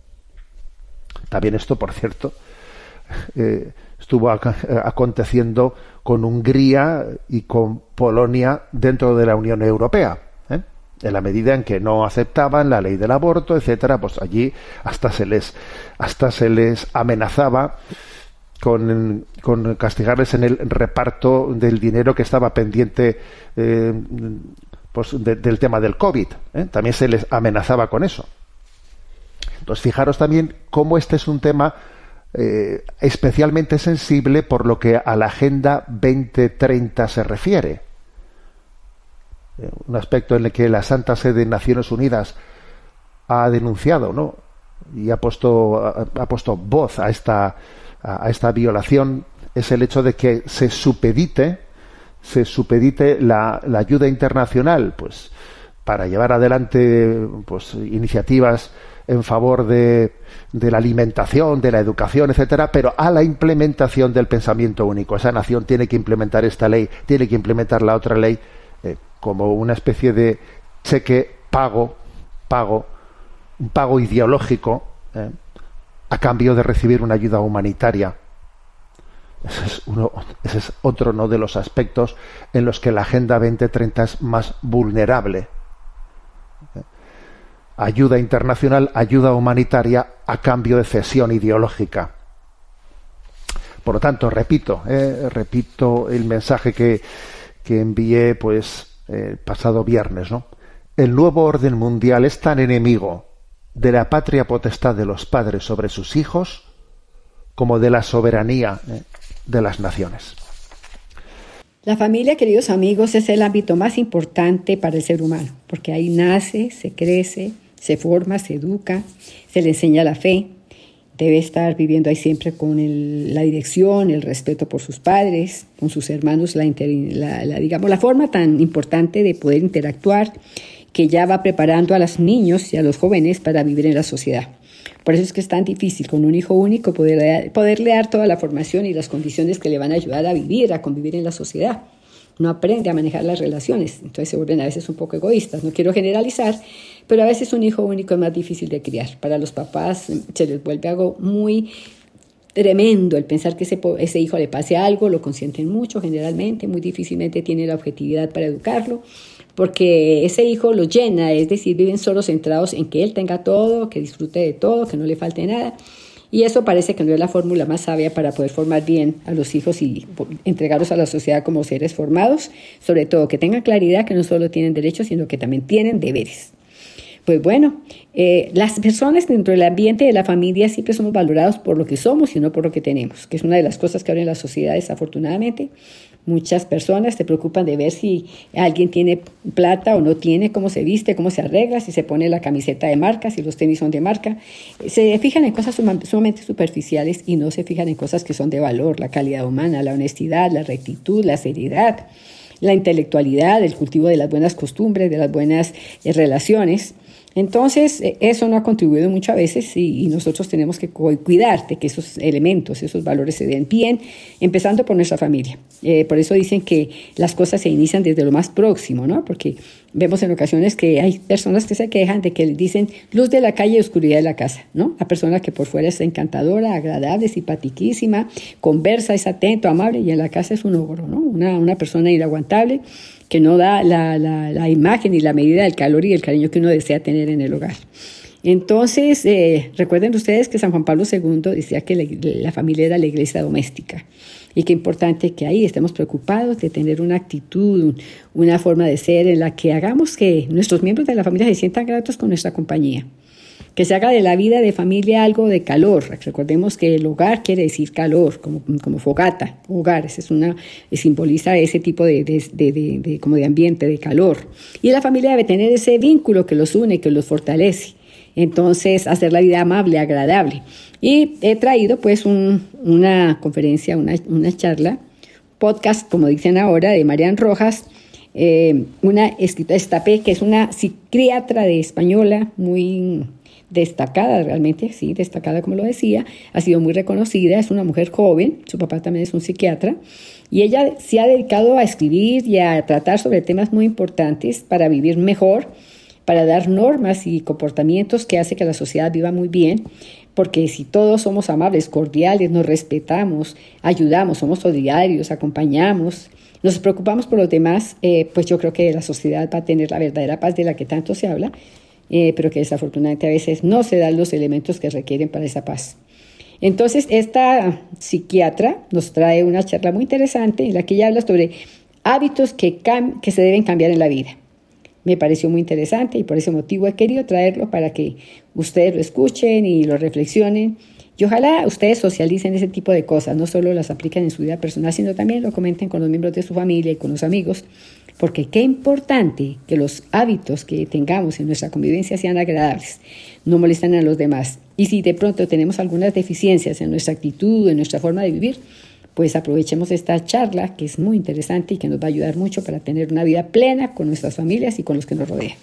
También esto, por cierto, eh, estuvo ac- aconteciendo con Hungría y con Polonia dentro de la Unión Europea, ¿eh? En la medida en que no aceptaban la ley del aborto, etcétera, pues allí hasta se les hasta se les amenazaba con, con castigarles en el reparto del dinero que estaba pendiente eh, pues de, del tema del COVID, ¿eh? También se les amenazaba con eso. Entonces, fijaros también cómo este es un tema eh, especialmente sensible por lo que a la Agenda veinte treinta se refiere. Eh, un aspecto en el que la Santa Sede de Naciones Unidas ha denunciado, ¿no? Y ha puesto, ha, ha puesto voz a esta, a, a esta violación, es el hecho de que se supedite, se supedite la, la ayuda internacional, pues, para llevar adelante, pues, iniciativas en favor de, de la alimentación, de la educación, etcétera, pero a la implementación del pensamiento único. Esa nación tiene que implementar esta ley, tiene que implementar la otra ley, eh, como una especie de cheque pago, pago, un pago ideológico, eh, a cambio de recibir una ayuda humanitaria. Ese es, uno, ese es otro ¿no? de los aspectos en los que la Agenda veinte treinta es más vulnerable. Ayuda internacional, ayuda humanitaria a cambio de cesión ideológica. Por lo tanto, repito, eh, repito el mensaje que, que envié pues eh, pasado viernes, ¿no? El nuevo orden mundial es tan enemigo de la patria potestad de los padres sobre sus hijos como de la soberanía eh, de las naciones. La familia, queridos amigos, es el ámbito más importante para el ser humano, porque ahí nace, se crece, se forma, se educa, se le enseña la fe, debe estar viviendo ahí siempre con el, la dirección, el respeto por sus padres, con sus hermanos, la, inter, la, la, digamos, la forma tan importante de poder interactuar que ya va preparando a los niños y a los jóvenes para vivir en la sociedad. Por eso es que es tan difícil con un hijo único poder, poderle dar toda la formación y las condiciones que le van a ayudar a vivir, a convivir en la sociedad. No aprende a manejar las relaciones, entonces se vuelven a veces un poco egoístas. No quiero generalizar, pero a veces un hijo único es más difícil de criar. Para los papás se les vuelve algo muy tremendo el pensar que ese, ese hijo le pase algo, lo consienten mucho generalmente, muy difícilmente tiene la objetividad para educarlo, porque ese hijo lo llena, es decir, viven solo centrados en que él tenga todo, que disfrute de todo, que no le falte nada. Y eso parece que no es la fórmula más sabia para poder formar bien a los hijos y entregarlos a la sociedad como seres formados, sobre todo que tengan claridad que no solo tienen derechos, sino que también tienen deberes. Pues bueno, eh, las personas dentro del ambiente de la familia siempre somos valorados por lo que somos y no por lo que tenemos, que es una de las cosas que ahora en la sociedad desafortunadamente muchas personas se preocupan de ver si alguien tiene plata o no tiene, cómo se viste, cómo se arregla, si se pone la camiseta de marca, si los tenis son de marca. Se fijan en cosas sumamente superficiales y no se fijan en cosas que son de valor, la calidad humana, la honestidad, la rectitud, la seriedad, la intelectualidad, el cultivo de las buenas costumbres, de las buenas eh, relaciones. Entonces, eso no ha contribuido muchas veces y, y nosotros tenemos que cuidar de que esos elementos, esos valores se den bien, empezando por nuestra familia. Eh, por eso dicen que las cosas se inician desde lo más próximo, ¿no? Porque vemos en ocasiones que hay personas que se quejan de que les dicen luz de la calle y oscuridad de la casa, ¿no? La persona que por fuera es encantadora, agradable, simpatiquísima, conversa, es atento, amable, y en la casa es un ogro, ¿no? Una, una persona inaguantable que no da la, la, la imagen y la medida del calor y el cariño que uno desea tener en el hogar. Entonces, eh, recuerden ustedes que San Juan Pablo segundo decía que la, la familia era la iglesia doméstica y qué importante que ahí estemos preocupados de tener una actitud, una forma de ser en la que hagamos que nuestros miembros de la familia se sientan gratos con nuestra compañía. Que se haga de la vida de familia algo de calor. Recordemos que el hogar quiere decir calor, como, como fogata, hogar, es una, simboliza ese tipo de, de, de, de, de, como de ambiente, de calor. Y la familia debe tener ese vínculo que los une, que los fortalece. Entonces, hacer la vida amable, agradable. Y he traído pues un, una conferencia, una, una charla, podcast, como dicen ahora, de Marian Rojas, eh, una escritora Estapé, que es una psiquiatra de española muy destacada realmente, sí, destacada como lo decía, ha sido muy reconocida, es una mujer joven, su papá también es un psiquiatra, y ella se ha dedicado a escribir y a tratar sobre temas muy importantes para vivir mejor, para dar normas y comportamientos que hace que la sociedad viva muy bien, porque si todos somos amables, cordiales, nos respetamos, ayudamos, somos solidarios, acompañamos, nos preocupamos por los demás, eh, pues yo creo que la sociedad va a tener la verdadera paz de la que tanto se habla, Eh, pero que desafortunadamente a veces no se dan los elementos que requieren para esa paz. Entonces, esta psiquiatra nos trae una charla muy interesante en la que ella habla sobre hábitos que, cam- que se deben cambiar en la vida. Me pareció muy interesante y por ese motivo he querido traerlo para que ustedes lo escuchen y lo reflexionen. Y ojalá ustedes socialicen ese tipo de cosas, no solo las apliquen en su vida personal, sino también lo comenten con los miembros de su familia y con los amigos, porque qué importante que los hábitos que tengamos en nuestra convivencia sean agradables, no molestan a los demás. Y si de pronto tenemos algunas deficiencias en nuestra actitud, en nuestra forma de vivir, pues aprovechemos esta charla que es muy interesante y que nos va a ayudar mucho para tener una vida plena con nuestras familias y con los que nos rodean.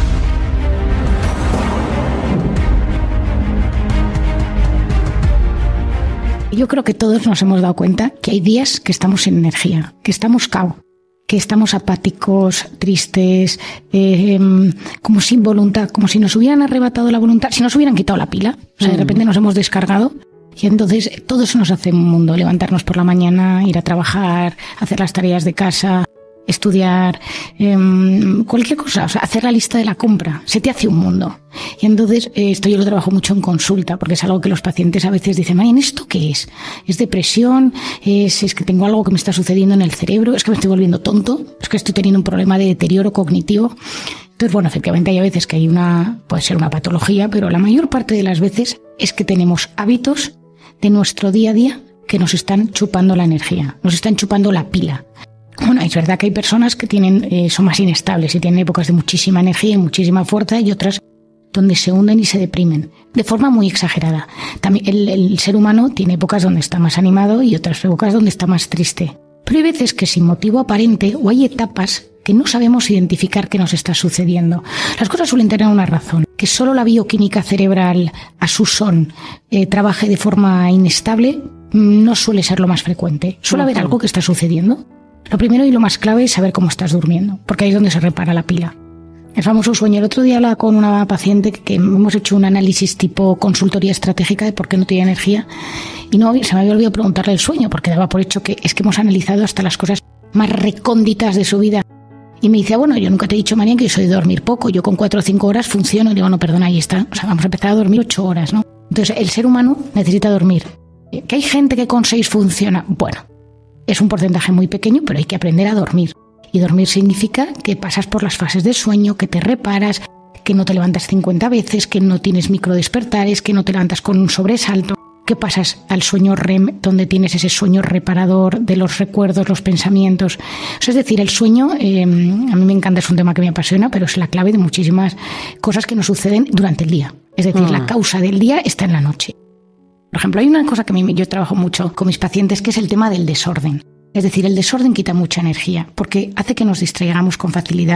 Yo creo que todos nos hemos dado cuenta que hay días que estamos sin energía, que estamos cao, que estamos apáticos, tristes, eh, como sin voluntad, como si nos hubieran arrebatado la voluntad, si nos hubieran quitado la pila. O sea, de repente nos hemos descargado y entonces todo eso nos hace un mundo. Levantarnos por la mañana, ir a trabajar, hacer las tareas de casa, estudiar, eh, cualquier cosa, o sea, hacer la lista de la compra, se te hace un mundo. Y entonces eh, esto yo lo trabajo mucho en consulta, porque es algo que los pacientes a veces dicen, Marian, ¿esto qué es? ¿Es depresión? ¿Es, es que tengo algo que me está sucediendo en el cerebro? ¿Es que me estoy volviendo tonto? ¿Es que estoy teniendo un problema de deterioro cognitivo? Entonces, bueno, efectivamente hay a veces que hay una, puede ser una patología, pero la mayor parte de las veces es que tenemos hábitos de nuestro día a día que nos están chupando la energía, nos están chupando la pila. Bueno, es verdad que hay personas que tienen, eh, son más inestables y tienen épocas de muchísima energía y muchísima fuerza y otras donde se hunden y se deprimen, de forma muy exagerada. También el, el ser humano tiene épocas donde está más animado y otras épocas donde está más triste. Pero hay veces que sin motivo aparente o hay etapas que no sabemos identificar qué nos está sucediendo. Las cosas suelen tener una razón. Que solo la bioquímica cerebral a su son eh, trabaje de forma inestable no suele ser lo más frecuente. Suele haber algo que está sucediendo. Lo primero y lo más clave es saber cómo estás durmiendo, porque ahí es donde se repara la pila. El famoso sueño. El otro día hablaba con una paciente que hemos hecho un análisis tipo consultoría estratégica de por qué no tiene energía y no se me había olvidado preguntarle el sueño, porque daba por hecho que es que hemos analizado hasta las cosas más recónditas de su vida. Y me dice, bueno, yo nunca te he dicho, Marian, que yo soy de dormir poco, yo con cuatro o cinco horas funciono. Y digo, no, perdona, ahí está. O sea, vamos a empezar a dormir ocho horas, ¿no? Entonces, el ser humano necesita dormir. ¿Que hay gente que con seis funciona? Bueno, es un porcentaje muy pequeño, pero hay que aprender a dormir. Y dormir significa que pasas por las fases de sueño, que te reparas, que no te levantas cincuenta veces, que no tienes microdespertares, que no te levantas con un sobresalto, que pasas al sueño R E M, donde tienes ese sueño reparador de los recuerdos, los pensamientos. O sea, es decir, el sueño, eh, a mí me encanta, es un tema que me apasiona, pero es la clave de muchísimas cosas que nos suceden durante el día. Es decir, mm. la causa del día está en la noche. Por ejemplo, hay una cosa que yo trabajo mucho con mis pacientes, que es el tema del desorden. Es decir, el desorden quita mucha energía, porque hace que nos distraigamos con facilidad,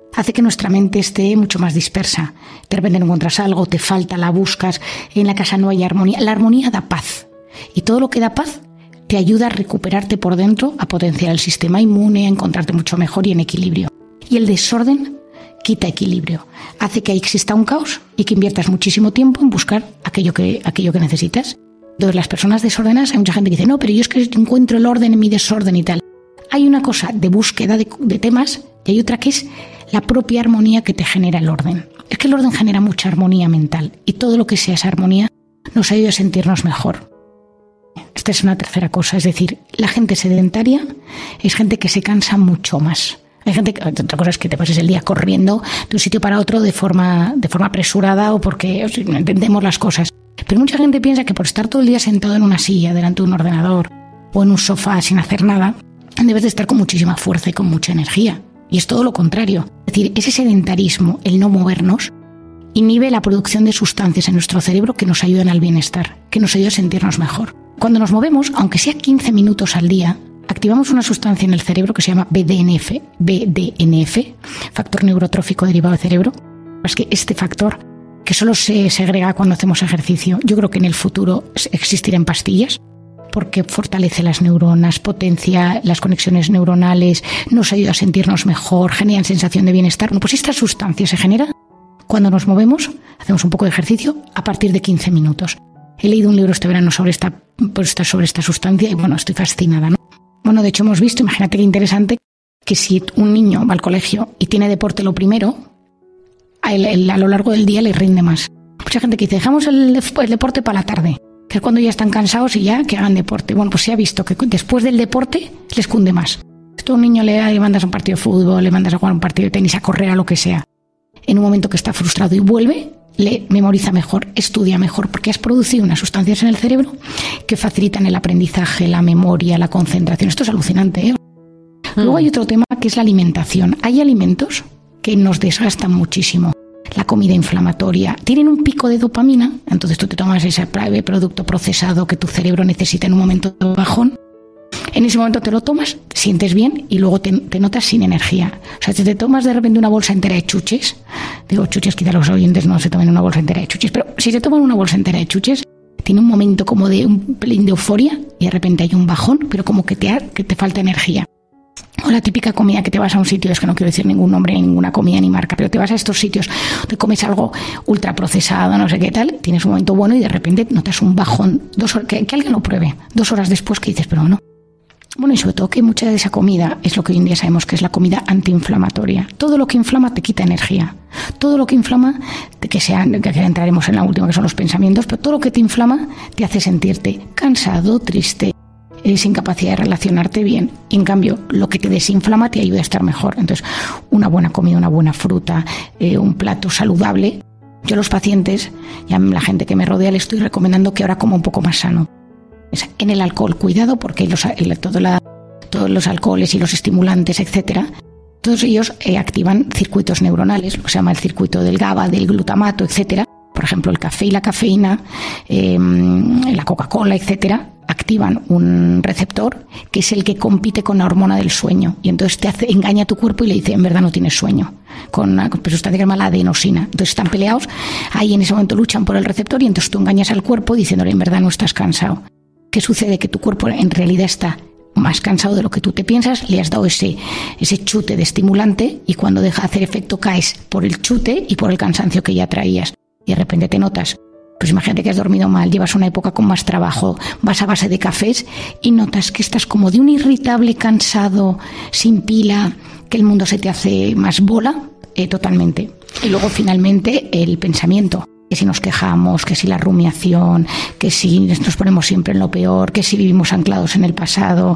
hace que nuestra mente esté mucho más dispersa. De repente no encuentras algo, te falta, la buscas, en la casa no hay armonía. La armonía da paz. Y todo lo que da paz te ayuda a recuperarte por dentro, a potenciar el sistema inmune, a encontrarte mucho mejor y en equilibrio. Y el desorden quita equilibrio, hace que exista un caos y que inviertas muchísimo tiempo en buscar aquello que, aquello que necesitas. Entonces, las personas desordenadas, hay mucha gente que dice, no, pero yo es que encuentro el orden en mi desorden y tal. Hay una cosa de búsqueda de, de temas y hay otra que es la propia armonía que te genera el orden. Es que el orden genera mucha armonía mental y todo lo que sea esa armonía nos ayuda a sentirnos mejor. Esta es una tercera cosa, es decir, la gente sedentaria es gente que se cansa mucho más. Hay gente que, otra cosa es que te pases el día corriendo de un sitio para otro de forma, de forma apresurada o porque o sea, no entendemos las cosas. Pero mucha gente piensa que por estar todo el día sentado en una silla, delante de un ordenador o en un sofá sin hacer nada, debes de estar con muchísima fuerza y con mucha energía. Y es todo lo contrario. Es decir, ese sedentarismo, el no movernos, inhibe la producción de sustancias en nuestro cerebro que nos ayudan al bienestar, que nos ayudan a sentirnos mejor. Cuando nos movemos, aunque sea quince minutos al día, activamos una sustancia en el cerebro que se llama B D N F, B D N F, factor neurotrófico derivado del cerebro. Es que este factor, que solo se segrega cuando hacemos ejercicio, yo creo que en el futuro existirá en pastillas, porque fortalece las neuronas, potencia las conexiones neuronales, nos ayuda a sentirnos mejor, generan sensación de bienestar. Bueno, pues esta sustancia se genera cuando nos movemos, hacemos un poco de ejercicio a partir de quince minutos. He leído un libro este verano sobre esta, pues, sobre esta sustancia y bueno, estoy fascinada, ¿no? Bueno, de hecho hemos visto, imagínate qué interesante, que si un niño va al colegio y tiene deporte lo primero, a, él, él, a lo largo del día le rinde más. Mucha gente que dice, dejamos el, el deporte para la tarde, que es cuando ya están cansados y ya que hagan deporte. Bueno, pues se ha visto que después del deporte les cunde más. Tú a un niño le, le mandas a un partido de fútbol, le mandas a jugar un partido de tenis, a correr, a lo que sea. En un momento que está frustrado y vuelve, le memoriza mejor, estudia mejor, porque has producido unas sustancias en el cerebro que facilitan el aprendizaje, la memoria, la concentración. Esto es alucinante, ¿eh? Mm. Luego hay otro tema que es la alimentación. Hay alimentos que nos desgastan muchísimo. La comida inflamatoria. Tienen un pico de dopamina, entonces tú te tomas ese producto procesado que tu cerebro necesita en un momento de bajón. En ese momento te lo tomas, te sientes bien y luego te, te notas sin energía. O sea, si te tomas de repente una bolsa entera de chuches, digo chuches, quizá los oyentes no se tomen una bolsa entera de chuches, pero si se toman una bolsa entera de chuches, tiene un momento como de un pelín de euforia y de repente hay un bajón, pero como que te, que te falta energía. O la típica comida que te vas a un sitio, es que no quiero decir ningún nombre, ni ninguna comida ni marca, pero te vas a estos sitios, te comes algo ultra procesado, no sé qué tal, tienes un momento bueno y de repente notas un bajón, dos horas, que, que alguien lo pruebe, dos horas después que dices, pero no. Bueno, y sobre todo que mucha de esa comida es lo que hoy en día sabemos que es la comida antiinflamatoria. Todo lo que inflama te quita energía. Todo lo que inflama, que sean, que entraremos en la última, que son los pensamientos, pero todo lo que te inflama te hace sentirte cansado, triste, eh, sin capacidad de relacionarte bien. Y en cambio, lo que te desinflama te ayuda a estar mejor. Entonces, una buena comida, una buena fruta, eh, un plato saludable. Yo a los pacientes y a la gente que me rodea le estoy recomendando que ahora coma un poco más sano. En el alcohol, cuidado, porque los, el, todo la, todos los alcoholes y los estimulantes, etcétera, todos ellos eh, activan circuitos neuronales, lo que se llama el circuito del GABA, del glutamato, etcétera. Por ejemplo, el café y la cafeína, eh, la Coca-Cola, etcétera, activan un receptor que es el que compite con la hormona del sueño y entonces te hace, engaña a tu cuerpo y le dice, en verdad no tienes sueño, con una sustancia que se llama la adenosina. Entonces están peleados, ahí en ese momento luchan por el receptor y entonces tú engañas al cuerpo diciéndole, en verdad no estás cansado. ¿Qué sucede? Que tu cuerpo en realidad está más cansado de lo que tú te piensas, le has dado ese, ese chute de estimulante y cuando deja de hacer efecto caes por el chute y por el cansancio que ya traías. Y de repente te notas, pues imagínate que has dormido mal, llevas una época con más trabajo, vas a base de cafés y notas que estás como de un irritable, cansado, sin pila, que el mundo se te hace más bola, eh, totalmente. Y luego finalmente el pensamiento. Que si nos quejamos, que si la rumiación, que si nos ponemos siempre en lo peor, que si vivimos anclados en el pasado,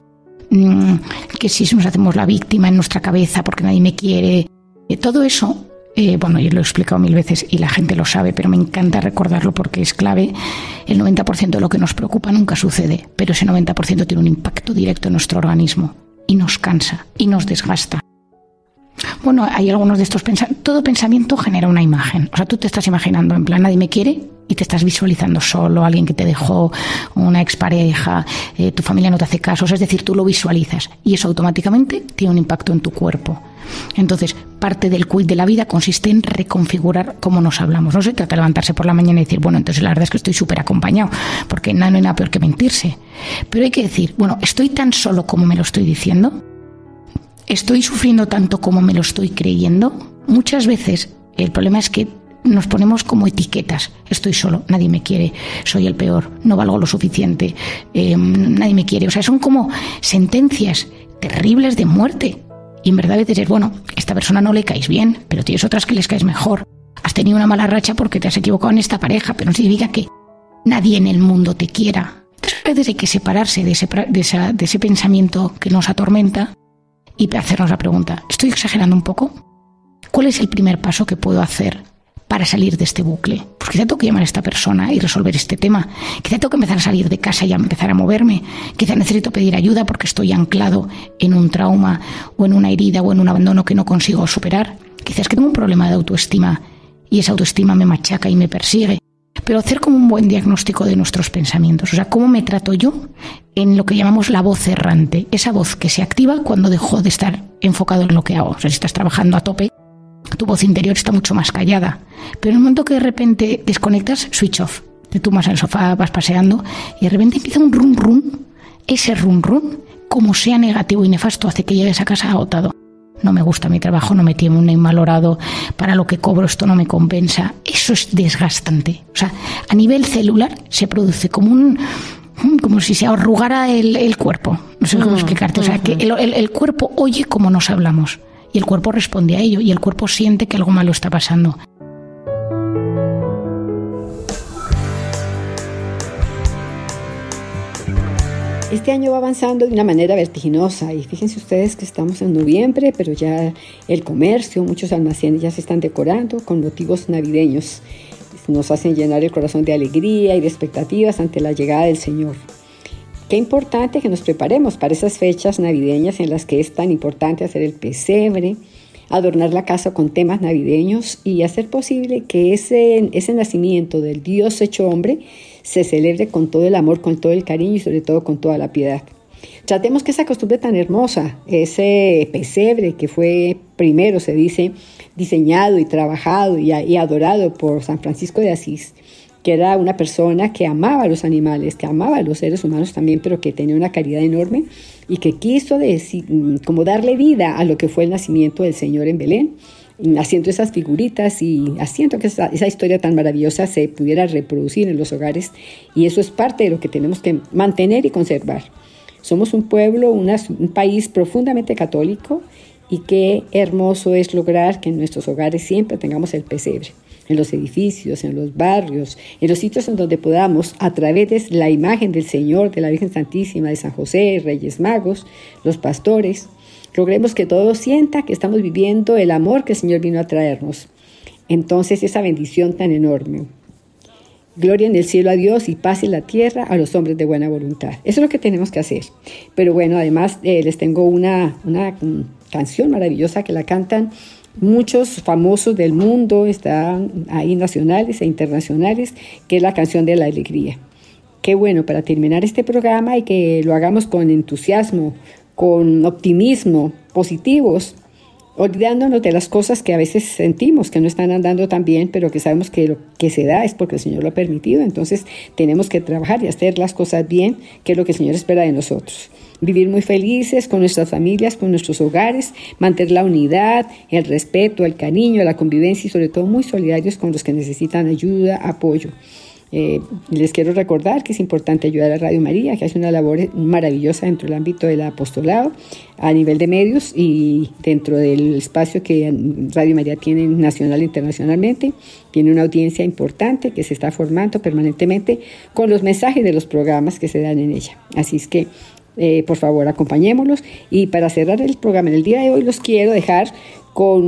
que si nos hacemos la víctima en nuestra cabeza porque nadie me quiere. Todo eso, eh, bueno, yo lo he explicado mil veces y la gente lo sabe, pero me encanta recordarlo porque es clave. El noventa por ciento de lo que nos preocupa nunca sucede, pero ese noventa por ciento tiene un impacto directo en nuestro organismo y nos cansa y nos desgasta. Bueno, hay algunos de estos pensamientos. Todo pensamiento genera una imagen. O sea, tú te estás imaginando, en plan, nadie me quiere, y te estás visualizando solo, alguien que te dejó, una expareja, eh, tu familia no te hace caso. O sea, es decir, tú lo visualizas y eso automáticamente tiene un impacto en tu cuerpo. Entonces, parte del quid de la vida consiste en reconfigurar cómo nos hablamos. No se trata de levantarse por la mañana y decir, bueno, entonces la verdad es que estoy súper acompañado, porque no hay nada peor que mentirse. Pero hay que decir, bueno, ¿estoy tan solo como me lo estoy diciendo? ¿Estoy sufriendo tanto como me lo estoy creyendo? Muchas veces el problema es que nos ponemos como etiquetas. Estoy solo, nadie me quiere, soy el peor, no valgo lo suficiente, eh, nadie me quiere. O sea, son como sentencias terribles de muerte. Y en verdad a veces es, bueno, a esta persona no le caes bien, pero tienes otras que les caes mejor. Has tenido una mala racha porque te has equivocado en esta pareja, pero no significa que nadie en el mundo te quiera. Entonces a veces hay que separarse de ese, de esa, de ese pensamiento que nos atormenta y hacernos la pregunta, ¿estoy exagerando un poco? ¿Cuál es el primer paso que puedo hacer para salir de este bucle? Pues quizá tengo que llamar a esta persona y resolver este tema. Quizá tengo que empezar a salir de casa y a empezar a moverme. Quizá necesito pedir ayuda porque estoy anclado en un trauma o en una herida o en un abandono que no consigo superar. Quizás es que tengo un problema de autoestima y esa autoestima me machaca y me persigue. Pero hacer como un buen diagnóstico de nuestros pensamientos. O sea, cómo me trato yo en lo que llamamos la voz errante. Esa voz que se activa cuando dejo de estar enfocado en lo que hago. O sea, si estás trabajando a tope, tu voz interior está mucho más callada. Pero en el momento que de repente desconectas, switch off. Te tumbas en el sofá, vas paseando y de repente empieza un rum rum. Ese rum rum, como sea negativo y nefasto, hace que llegues a casa agotado. No me gusta mi trabajo, no me tiene un invalorado, para lo que cobro esto no me compensa. Eso es desgastante. O sea, a nivel celular se produce como un... como si se arrugara el, el cuerpo. No sé cómo explicarte. O sea, que el, el, el cuerpo oye cómo nos hablamos. Y el cuerpo responde a ello. Y el cuerpo siente que algo malo está pasando. Este año va avanzando de una manera vertiginosa y fíjense ustedes que estamos en noviembre, pero ya el comercio, muchos almacenes ya se están decorando con motivos navideños. Nos hacen llenar el corazón de alegría y de expectativas ante la llegada del Señor. Qué importante que nos preparemos para esas fechas navideñas en las que es tan importante hacer el pesebre, adornar la casa con temas navideños y hacer posible que ese, ese nacimiento del Dios hecho hombre se celebre con todo el amor, con todo el cariño y sobre todo con toda la piedad. Tratemos que esa costumbre tan hermosa, ese pesebre que fue primero, se dice, diseñado y trabajado y, y adorado por San Francisco de Asís, que era una persona que amaba a los animales, que amaba a los seres humanos también, pero que tenía una caridad enorme y que quiso decir, como darle vida a lo que fue el nacimiento del Señor en Belén, haciendo esas figuritas y haciendo que esa, esa historia tan maravillosa se pudiera reproducir en los hogares, y eso es parte de lo que tenemos que mantener y conservar. Somos un pueblo, una, un país profundamente católico, y qué hermoso es lograr que en nuestros hogares siempre tengamos el pesebre, en los edificios, en los barrios, en los sitios en donde podamos, a través de la imagen del Señor, de la Virgen Santísima, de San José, Reyes Magos, los pastores, logremos que todos sientan que estamos viviendo el amor que el Señor vino a traernos. Entonces, esa bendición tan enorme. Gloria en el cielo a Dios y paz en la tierra a los hombres de buena voluntad. Eso es lo que tenemos que hacer. Pero bueno, además eh, les tengo una, una um, canción maravillosa que la cantan muchos famosos del mundo, están ahí nacionales e internacionales, que es la canción de la alegría. Qué bueno para terminar este programa y que lo hagamos con entusiasmo, con optimismo, positivos, olvidándonos de las cosas que a veces sentimos que no están andando tan bien, pero que sabemos que lo que se da es porque el Señor lo ha permitido. Entonces tenemos que trabajar y hacer las cosas bien, que es lo que el Señor espera de nosotros. Vivir muy felices con nuestras familias, con nuestros hogares, mantener la unidad, el respeto, el cariño, la convivencia y sobre todo muy solidarios con los que necesitan ayuda, apoyo. Eh, les quiero recordar que es importante ayudar a Radio María, que hace una labor maravillosa dentro del ámbito del apostolado, a nivel de medios y dentro del espacio que Radio María tiene nacional e internacionalmente. Tiene una audiencia importante que se está formando permanentemente con los mensajes de los programas que se dan en ella. Así es que, eh, por favor, acompañémoslos. Y para cerrar el programa en el día de hoy, los quiero dejar con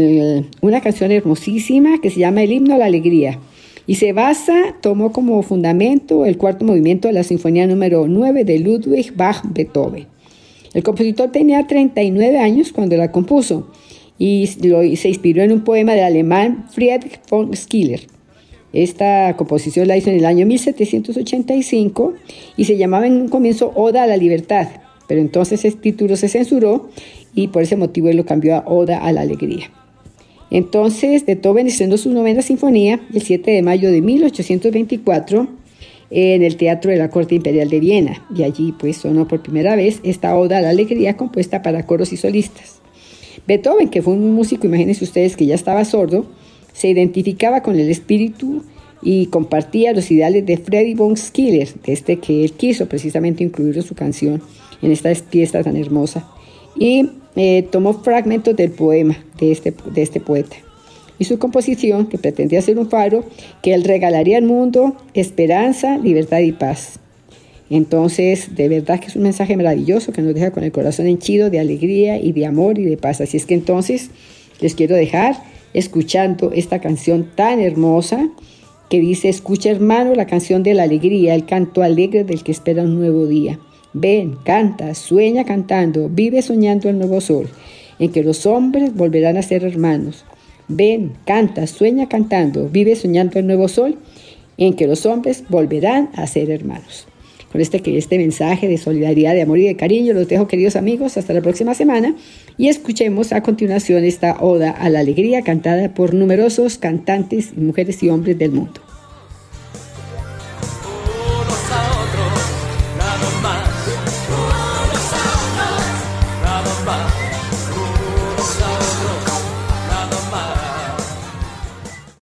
una canción hermosísima que se llama El himno a la alegría. Y se basa, tomó como fundamento el cuarto movimiento de la Sinfonía número nueve de Ludwig van Beethoven. El compositor tenía treinta y nueve años cuando la compuso y lo, se inspiró en un poema del alemán Friedrich von Schiller. Esta composición la hizo en el año mil setecientos ochenta y cinco y se llamaba en un comienzo Oda a la Libertad, pero entonces ese título se censuró y por ese motivo él lo cambió a Oda a la Alegría. Entonces Beethoven estrenó su novena sinfonía el siete de mayo de mil ochocientos veinticuatro en el Teatro de la Corte Imperial de Viena, y allí pues sonó por primera vez esta Oda a la Alegría compuesta para coros y solistas. Beethoven, que fue un músico, imagínense ustedes, que ya estaba sordo, se identificaba con el espíritu y compartía los ideales de Friedrich von Schiller, de este que él quiso precisamente incluir en su canción en esta pieza tan hermosa, y eh, tomó fragmentos del poema de este, de este poeta. Y su composición, que pretendía ser un faro, que él regalaría al mundo esperanza, libertad y paz. Entonces, de verdad que es un mensaje maravilloso que nos deja con el corazón henchido de alegría y de amor y de paz. Así es que entonces les quiero dejar escuchando esta canción tan hermosa que dice: escucha, hermano, la canción de la alegría, el canto alegre del que espera un nuevo día. Ven, canta, sueña cantando, vive soñando el nuevo sol, en que los hombres volverán a ser hermanos. Ven, canta, sueña cantando, vive soñando el nuevo sol, en que los hombres volverán a ser hermanos. Con este, este mensaje de solidaridad, de amor y de cariño los dejo, queridos amigos, hasta la próxima semana, y escuchemos a continuación esta Oda a la Alegría cantada por numerosos cantantes, mujeres y hombres del mundo.